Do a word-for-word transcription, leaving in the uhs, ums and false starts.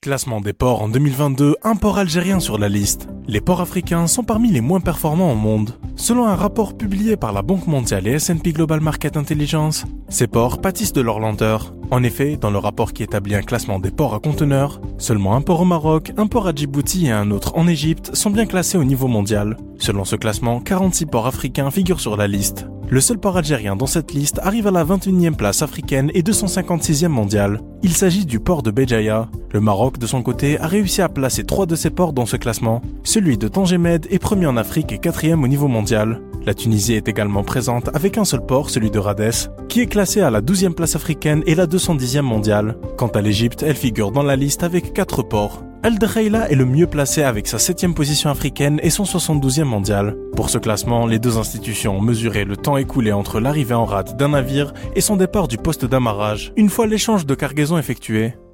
Classement des ports en deux mille vingt-deux, un port algérien sur la liste. Les ports africains sont parmi les moins performants au monde. Selon un rapport publié par la Banque mondiale et S and P Global Market Intelligence, ces ports pâtissent de leur lenteur. En effet, dans le rapport qui établit un classement des ports à conteneurs, seulement un port au Maroc, un port à Djibouti et un autre en Égypte sont bien classés au niveau mondial. Selon ce classement, quarante-six ports africains figurent sur la liste. Le seul port algérien dans cette liste arrive à la vingt et unième place africaine et deux cent cinquante-sixième mondiale. Il s'agit du port de Béjaïa. Le Maroc, de son côté, a réussi à placer trois de ses ports dans ce classement. Celui de Tanger Med est premier en Afrique et quatrième au niveau mondial. La Tunisie est également présente avec un seul port, celui de Rades, qui est classé à la douzième place africaine et la deux cent dixième mondiale. Quant à l'Égypte, elle figure dans la liste avec quatre ports. Al Dkhaila est le mieux placé avec sa septième position africaine et son soixante-douzième mondial. Pour ce classement, les deux institutions ont mesuré le temps écoulé entre l'arrivée en rade d'un navire et son départ du poste d'amarrage, une fois l'échange de cargaison effectué.